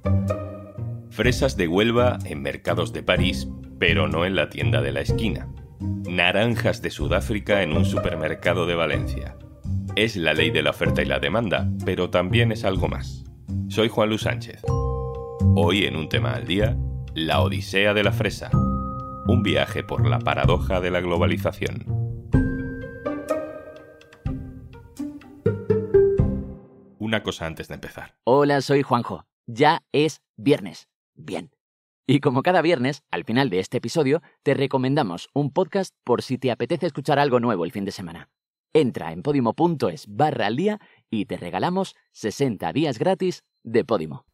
Fresas de Huelva en mercados de París, pero no en la tienda de la esquina. Naranjas de Sudáfrica en un supermercado de Valencia. Es la ley de la oferta y la demanda, pero también es algo más. Soy Juan Luis Sánchez. Hoy en Un Tema al Día, la odisea de la fresa. Un viaje por la paradoja de la globalización. Una cosa antes de empezar. Hola, soy Juanjo. Ya es viernes. Bien. Y como cada viernes, al final de este episodio, te recomendamos un podcast por si te apetece escuchar algo nuevo el fin de semana. Entra en podimo.es/al día y te regalamos 60 días gratis de Podimo.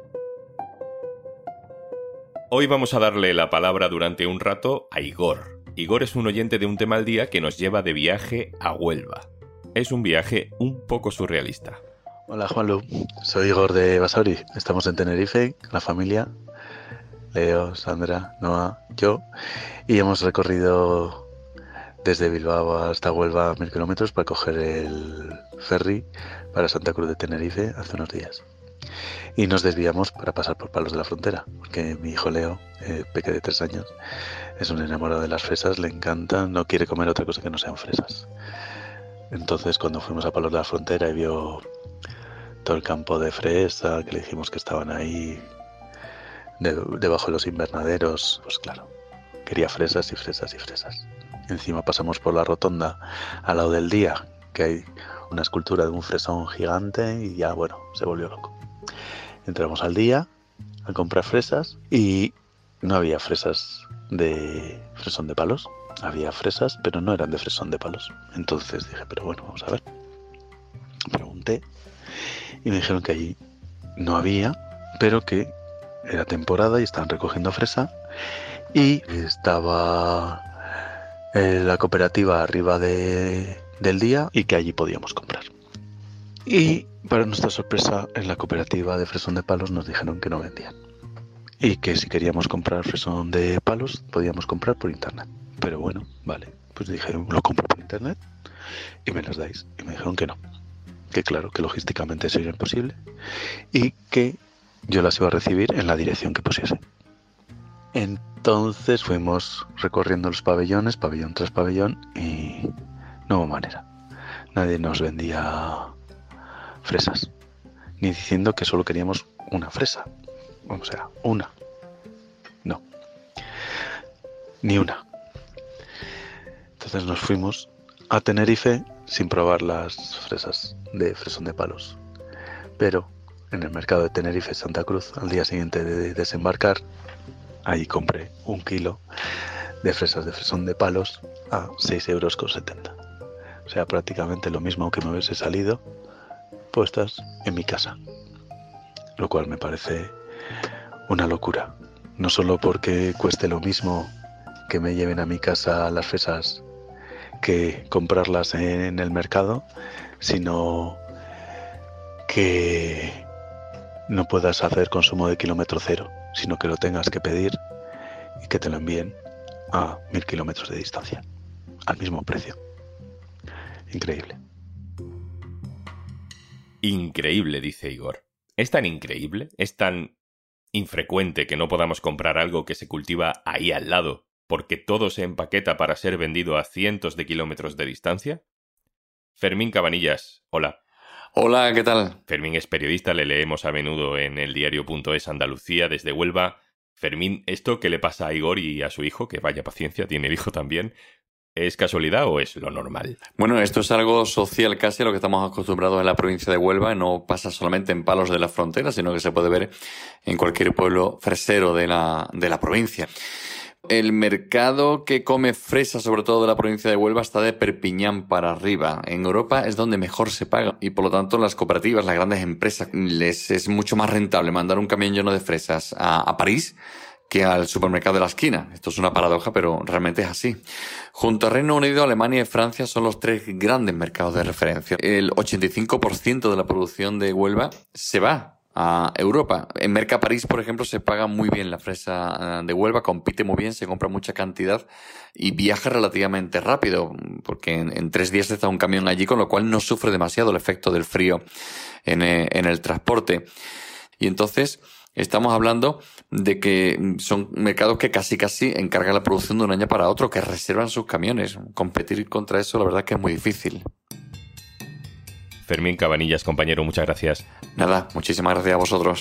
Hoy vamos a darle la palabra durante un rato a Igor. Igor es un oyente de Un Tema al Día que nos lleva de viaje a Huelva. Es un viaje un poco surrealista. Hola Juanlu, soy Igor de Basauri. Estamos en Tenerife, la familia, Leo, Sandra, Noa, yo, y hemos recorrido desde Bilbao hasta Huelva 1000 kilómetros para coger el ferry para Santa Cruz de Tenerife hace unos días. Y nos desviamos para pasar por Palos de la Frontera, porque mi hijo Leo, peque de 3 años, es un enamorado de las fresas, le encantan, no quiere comer otra cosa que no sean fresas. Entonces cuando fuimos a Palos de la Frontera y vio todo el campo de fresa, que le dijimos que estaban ahí debajo de los invernaderos, pues claro, quería fresas y fresas y fresas. Encima pasamos por la rotonda al lado del Día, que hay una escultura de un fresón gigante y ya, bueno, se volvió loco. Entramos al Día a comprar fresas y no había fresas de fresón de palos. Había fresas, pero no eran de fresón de palos. Entonces dije, pero bueno, vamos a ver. Pregunté y me dijeron que allí no había, pero que era temporada y estaban recogiendo fresa y estaba la cooperativa arriba del Día y que allí podíamos comprar. Y para nuestra sorpresa, en la cooperativa de fresón de palos nos dijeron que no vendían y que si queríamos comprar fresón de palos podíamos comprar por internet. Pero bueno, vale, pues dije, lo compro por internet y me las dais. Y me dijeron que no, que claro, que logísticamente eso era imposible y que yo las iba a recibir en la dirección que pusiese. Entonces fuimos recorriendo los pabellones, pabellón tras pabellón, y no hubo manera. Nadie nos vendía fresas, ni diciendo que solo queríamos una fresa. O sea, una. No. Ni una. Entonces nos fuimos a Tenerife sin probar las fresas de fresón de palos. Pero en el mercado de Tenerife, Santa Cruz, al día siguiente de desembarcar, ahí compré 1 kilo de fresas de fresón de palos a 6,70 €. O sea, prácticamente lo mismo que me hubiese salido puestas en mi casa. Lo cual me parece una locura. No solo porque cueste lo mismo que me lleven a mi casa las fresas que comprarlas en el mercado, sino que no puedas hacer consumo de kilómetro cero, sino que lo tengas que pedir y que te lo envíen a 1000 kilómetros de distancia, al mismo precio. Increíble. Increíble, dice Igor. ¿Es tan increíble? ¿Es tan infrecuente que no podamos comprar algo que se cultiva ahí al lado porque todo se empaqueta para ser vendido a cientos de kilómetros de distancia? Fermín Cabanillas, hola. Hola, ¿qué tal? Fermín es periodista, le leemos a menudo en eldiario.es Andalucía desde Huelva. Fermín, ¿esto qué le pasa a Igor y a su hijo? Que vaya paciencia, tiene el hijo también. ¿Es casualidad o es lo normal? Bueno, esto es algo social casi a lo que estamos acostumbrados en la provincia de Huelva. No pasa solamente en Palos de la Frontera, sino que se puede ver en cualquier pueblo fresero de la provincia. El mercado que come fresa, sobre todo de la provincia de Huelva, está de Perpiñán para arriba. En Europa es donde mejor se paga y por lo tanto las cooperativas, las grandes empresas, les es mucho más rentable mandar un camión lleno de fresas a París que al supermercado de la esquina. Esto es una paradoja, pero realmente es así. Junto a Reino Unido, Alemania y Francia son los 3 grandes mercados de referencia. El 85% de la producción de Huelva se va a Europa. En Mercaparís, por ejemplo, se paga muy bien la fresa de Huelva, compite muy bien, se compra mucha cantidad y viaja relativamente rápido, porque en 3 días está un camión allí, con lo cual no sufre demasiado el efecto del frío en el transporte. Y entonces estamos hablando de que son mercados que casi encargan la producción de un año para otro, que reservan sus camiones. Competir contra eso, la verdad es que es muy difícil. Fermín Cabanillas, compañero, muchas gracias. Nada, muchísimas gracias a vosotros.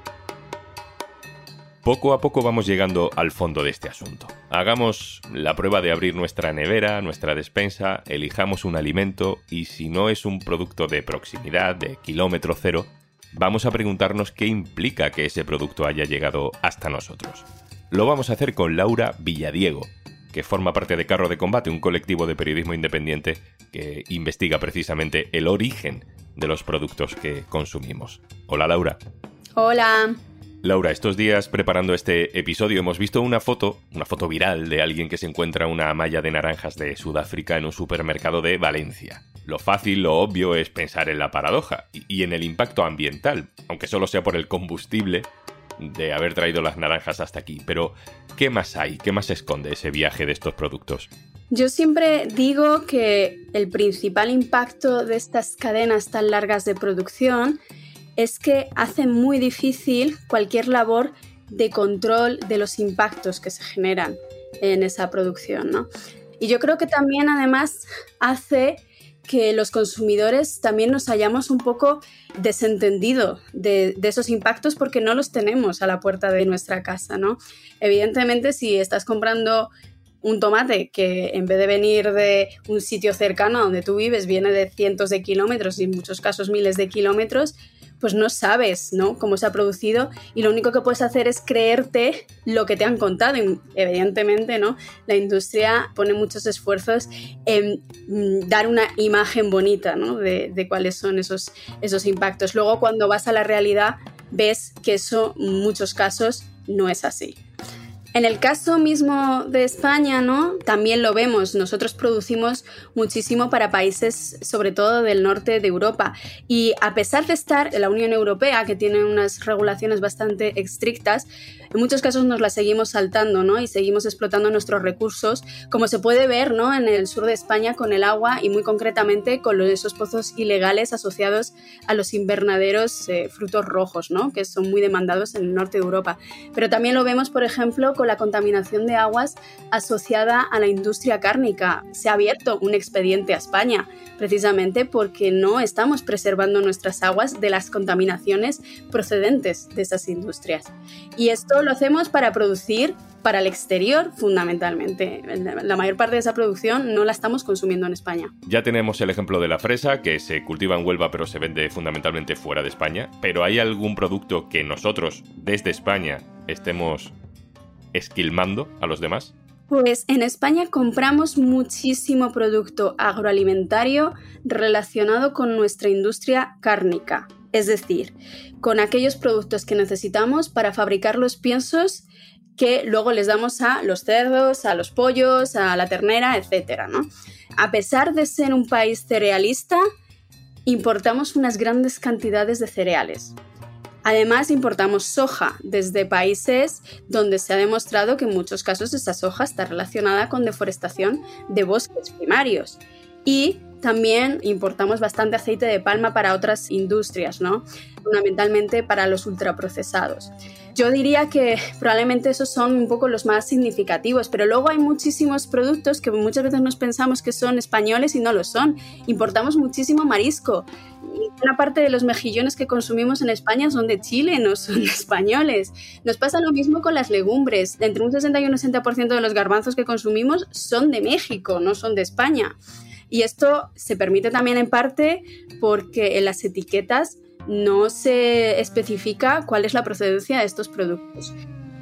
Poco a poco vamos llegando al fondo de este asunto. Hagamos la prueba de abrir nuestra nevera, nuestra despensa, elijamos un alimento y si no es un producto de proximidad, de kilómetro cero, vamos a preguntarnos qué implica que ese producto haya llegado hasta nosotros. Lo vamos a hacer con Laura Villadiego, que forma parte de Carro de Combate, un colectivo de periodismo independiente que investiga precisamente el origen de los productos que consumimos. Hola, Laura. Hola. Laura, estos días preparando este episodio hemos visto una foto viral de alguien que se encuentra una malla de naranjas de Sudáfrica en un supermercado de Valencia. Lo fácil, lo obvio es pensar en la paradoja y en el impacto ambiental, aunque solo sea por el combustible de haber traído las naranjas hasta aquí. Pero, ¿qué más hay? ¿Qué más esconde ese viaje de estos productos? Yo siempre digo que el principal impacto de estas cadenas tan largas de producción es que hace muy difícil cualquier labor de control de los impactos que se generan en esa producción, ¿no? Y yo creo que también además hace que los consumidores también nos hayamos un poco desentendido de esos impactos porque no los tenemos a la puerta de nuestra casa, ¿no? Evidentemente, si estás comprando un tomate que en vez de venir de un sitio cercano a donde tú vives, viene de cientos de kilómetros y en muchos casos miles de kilómetros, pues no sabes, ¿no?, cómo se ha producido y lo único que puedes hacer es creerte lo que te han contado. Y evidentemente, ¿no?, la industria pone muchos esfuerzos en dar una imagen bonita, ¿no?, de cuáles son esos impactos. Luego, cuando vas a la realidad, ves que eso en muchos casos no es así. En el caso mismo de España, ¿no?, también lo vemos. Nosotros producimos muchísimo para países, sobre todo del norte de Europa. Y a pesar de estar en la Unión Europea, que tiene unas regulaciones bastante estrictas, en muchos casos nos las seguimos saltando, ¿no?, y seguimos explotando nuestros recursos, como se puede ver, ¿no?, en el sur de España con el agua y muy concretamente con esos pozos ilegales asociados a los invernaderos frutos rojos, ¿no?, que son muy demandados en el norte de Europa. Pero también lo vemos, por ejemplo, con la contaminación de aguas asociada a la industria cárnica. Se ha abierto un expediente a España precisamente porque no estamos preservando nuestras aguas de las contaminaciones procedentes de esas industrias. Y esto lo hacemos para producir para el exterior, fundamentalmente. La mayor parte de esa producción no la estamos consumiendo en España. Ya tenemos el ejemplo de la fresa, que se cultiva en Huelva pero se vende fundamentalmente fuera de España. ¿Pero hay algún producto que nosotros, desde España, estemos esquilmando a los demás? Pues en España compramos muchísimo producto agroalimentario relacionado con nuestra industria cárnica, es decir, con aquellos productos que necesitamos para fabricar los piensos que luego les damos a los cerdos, a los pollos, a la ternera, etcétera, ¿no? A pesar de ser un país cerealista, importamos unas grandes cantidades de cereales. Además, importamos soja desde países donde se ha demostrado que en muchos casos esa soja está relacionada con deforestación de bosques primarios. Y también importamos bastante aceite de palma para otras industrias, ¿no?, fundamentalmente para los ultraprocesados. Yo diría que probablemente esos son un poco los más significativos, pero luego hay muchísimos productos que muchas veces nos pensamos que son españoles y no lo son. Importamos muchísimo marisco. Una parte de los mejillones que consumimos en España son de Chile, no son españoles. Nos pasa lo mismo con las legumbres. Entre un 60 y un 60% de los garbanzos que consumimos son de México, no son de España. Y esto se permite también en parte porque en las etiquetas no se especifica cuál es la procedencia de estos productos.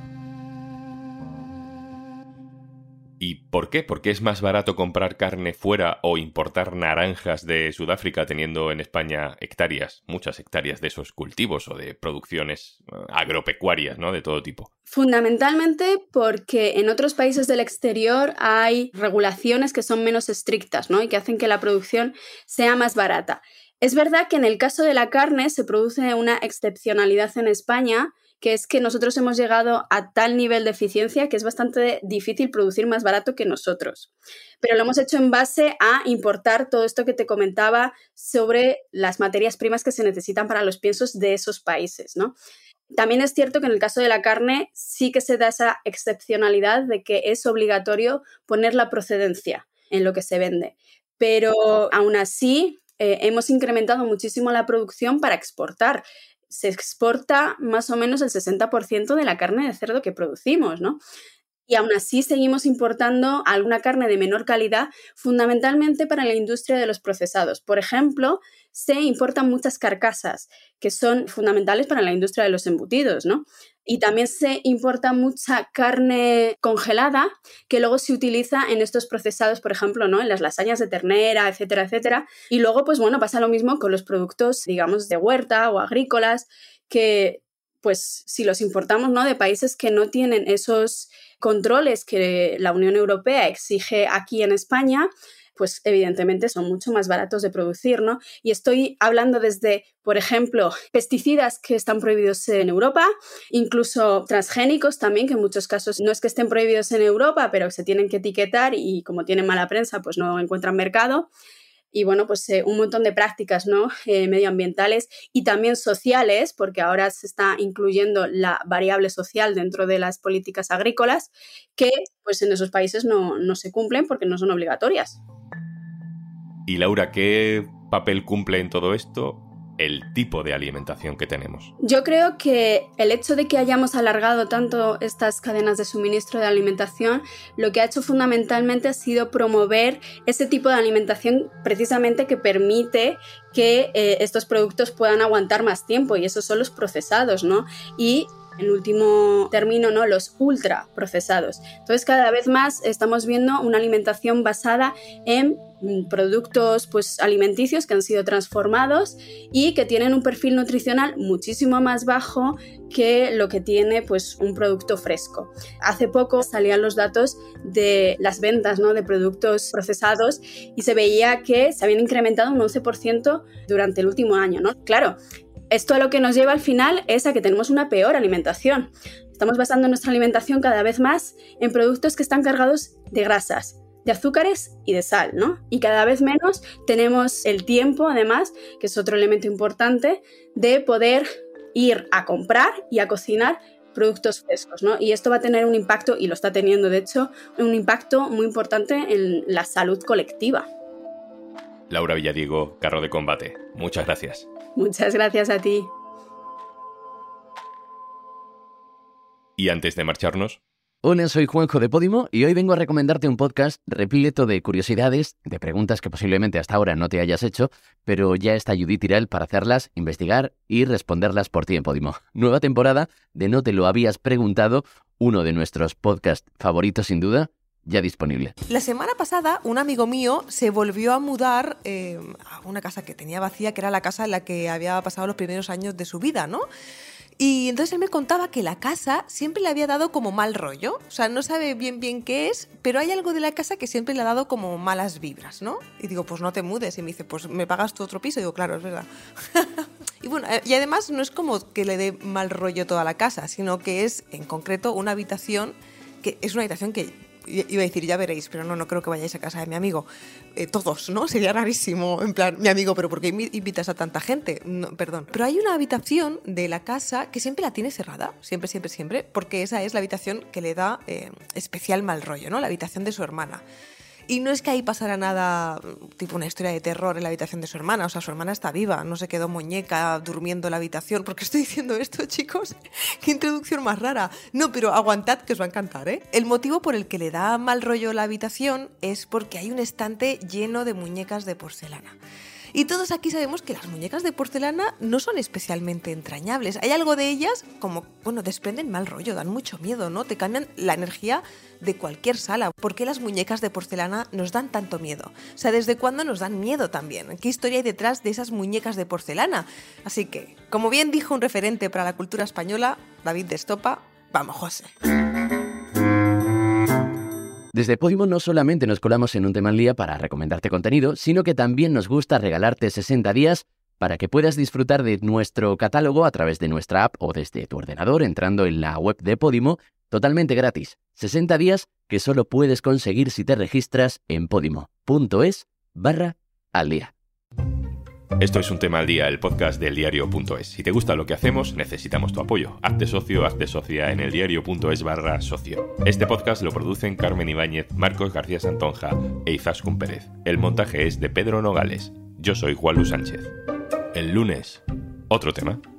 ¿Y por qué? ¿Por qué es más barato comprar carne fuera o importar naranjas de Sudáfrica teniendo en España hectáreas, muchas hectáreas de esos cultivos o de producciones agropecuarias, ¿no?, de todo tipo? Fundamentalmente porque en otros países del exterior hay regulaciones que son menos estrictas, ¿no?, y que hacen que la producción sea más barata. Es verdad que en el caso de la carne se produce una excepcionalidad en España, que es que nosotros hemos llegado a tal nivel de eficiencia que es bastante difícil producir más barato que nosotros. Pero lo hemos hecho en base a importar todo esto que te comentaba sobre las materias primas que se necesitan para los piensos de esos países, ¿no? También es cierto que en el caso de la carne sí que se da esa excepcionalidad de que es obligatorio poner la procedencia en lo que se vende. Pero aún así hemos incrementado muchísimo la producción para exportar. Se exporta más o menos el 60% de la carne de cerdo que producimos, ¿no? Y aún así seguimos importando alguna carne de menor calidad, fundamentalmente para la industria de los procesados. Por ejemplo, se importan muchas carcasas que son fundamentales para la industria de los embutidos, ¿no? Y también se importa mucha carne congelada que luego se utiliza en estos procesados, por ejemplo, ¿no? En las lasañas de ternera, etcétera, etcétera. Y luego, pues bueno, pasa lo mismo con los productos, digamos, de huerta o agrícolas, que pues si los importamos, ¿no? De países que no tienen esos controles que la Unión Europea exige aquí en España, pues evidentemente son mucho más baratos de producir, ¿no? Y estoy hablando desde, por ejemplo, pesticidas que están prohibidos en Europa, incluso transgénicos también, que en muchos casos no es que estén prohibidos en Europa, pero se tienen que etiquetar y como tienen mala prensa, pues no encuentran mercado. Y bueno, pues un montón de prácticas, ¿no? Medioambientales y también sociales, porque ahora se está incluyendo la variable social dentro de las políticas agrícolas, que pues en esos países no se cumplen porque no son obligatorias. Y Laura, ¿qué papel cumple en todo esto el tipo de alimentación que tenemos? Yo creo que el hecho de que hayamos alargado tanto estas cadenas de suministro de alimentación, lo que ha hecho fundamentalmente ha sido promover ese tipo de alimentación precisamente que permite que estos productos puedan aguantar más tiempo, y esos son los procesados, ¿no? Y en último término, ¿no? Los ultraprocesados. Entonces, cada vez más estamos viendo una alimentación basada en productos pues, alimenticios que han sido transformados y que tienen un perfil nutricional muchísimo más bajo que lo que tiene pues, un producto fresco. Hace poco salían los datos de las ventas, ¿no? De productos procesados y se veía que se habían incrementado un 11% durante el último año, ¿no? Claro, esto a lo que nos lleva al final es a que tenemos una peor alimentación. Estamos basando nuestra alimentación cada vez más en productos que están cargados de grasas, de azúcares y de sal, ¿no? Y cada vez menos tenemos el tiempo, además, que es otro elemento importante, de poder ir a comprar y a cocinar productos frescos, ¿no? Y esto va a tener un impacto, y lo está teniendo, de hecho, un impacto muy importante en la salud colectiva. Laura Villadiego, Carro de Combate, muchas gracias. Muchas gracias a ti. Y antes de marcharnos... Hola, soy Juanjo de Podimo y hoy vengo a recomendarte un podcast repleto de curiosidades, de preguntas que posiblemente hasta ahora no te hayas hecho, pero ya está Judith Tiral para hacerlas, investigar y responderlas por ti en Podimo. Nueva temporada de No te lo habías preguntado, uno de nuestros podcasts favoritos sin duda, ya disponible. La semana pasada un amigo mío se volvió a mudar a una casa que tenía vacía, que era la casa en la que había pasado los primeros años de su vida, ¿no? Y entonces él me contaba que la casa siempre le había dado como mal rollo. O sea, no sabe bien qué es, pero hay algo de la casa que siempre le ha dado como malas vibras, ¿no? Y digo, pues no te mudes. Y me dice, pues ¿me pagas tu otro piso? Y digo, claro, es verdad. Y bueno, y además no es como que le dé mal rollo toda la casa, sino que es en concreto una habitación que es una habitación que... Iba a decir, ya veréis, pero no creo que vayáis a casa de mi amigo. Todos, ¿no? Sería rarísimo, en plan, mi amigo, pero ¿por qué invitas a tanta gente? No, perdón. Pero hay una habitación de la casa que siempre la tiene cerrada, siempre, porque esa es la habitación que le da especial mal rollo, ¿no? La habitación de su hermana. Y no es que ahí pasara nada, tipo una historia de terror en la habitación de su hermana. O sea, su hermana está viva, no se quedó muñeca durmiendo en la habitación. ¿Por qué estoy diciendo esto, chicos? ¡Qué introducción más rara! No, pero aguantad que os va a encantar, ¿eh? El motivo por el que le da mal rollo la habitación es porque hay un estante lleno de muñecas de porcelana. Y todos aquí sabemos que las muñecas de porcelana no son especialmente entrañables. Hay algo de ellas como, bueno, desprenden mal rollo, dan mucho miedo, ¿no? Te cambian la energía de cualquier sala. ¿Por qué las muñecas de porcelana nos dan tanto miedo? O sea, ¿desde cuándo nos dan miedo también? ¿Qué historia hay detrás de esas muñecas de porcelana? Así que, como bien dijo un referente para la cultura española, David de Estopa, vamos, José. Desde Podimo no solamente nos colamos en un tema al día para recomendarte contenido, sino que también nos gusta regalarte 60 días para que puedas disfrutar de nuestro catálogo a través de nuestra app o desde tu ordenador entrando en la web de Podimo totalmente gratis. 60 días que solo puedes conseguir si te registras en podimo.es/al día. Esto es Un Tema al Día, el podcast del diario.es. Si te gusta lo que hacemos, necesitamos tu apoyo. Hazte socio, hazte socia en eldiario.es/socio. Este podcast lo producen Carmen Ibáñez, Marcos García Santonja e Izaskun Pérez. El montaje es de Pedro Nogales. Yo soy Juan Luis Sánchez. El lunes, otro tema.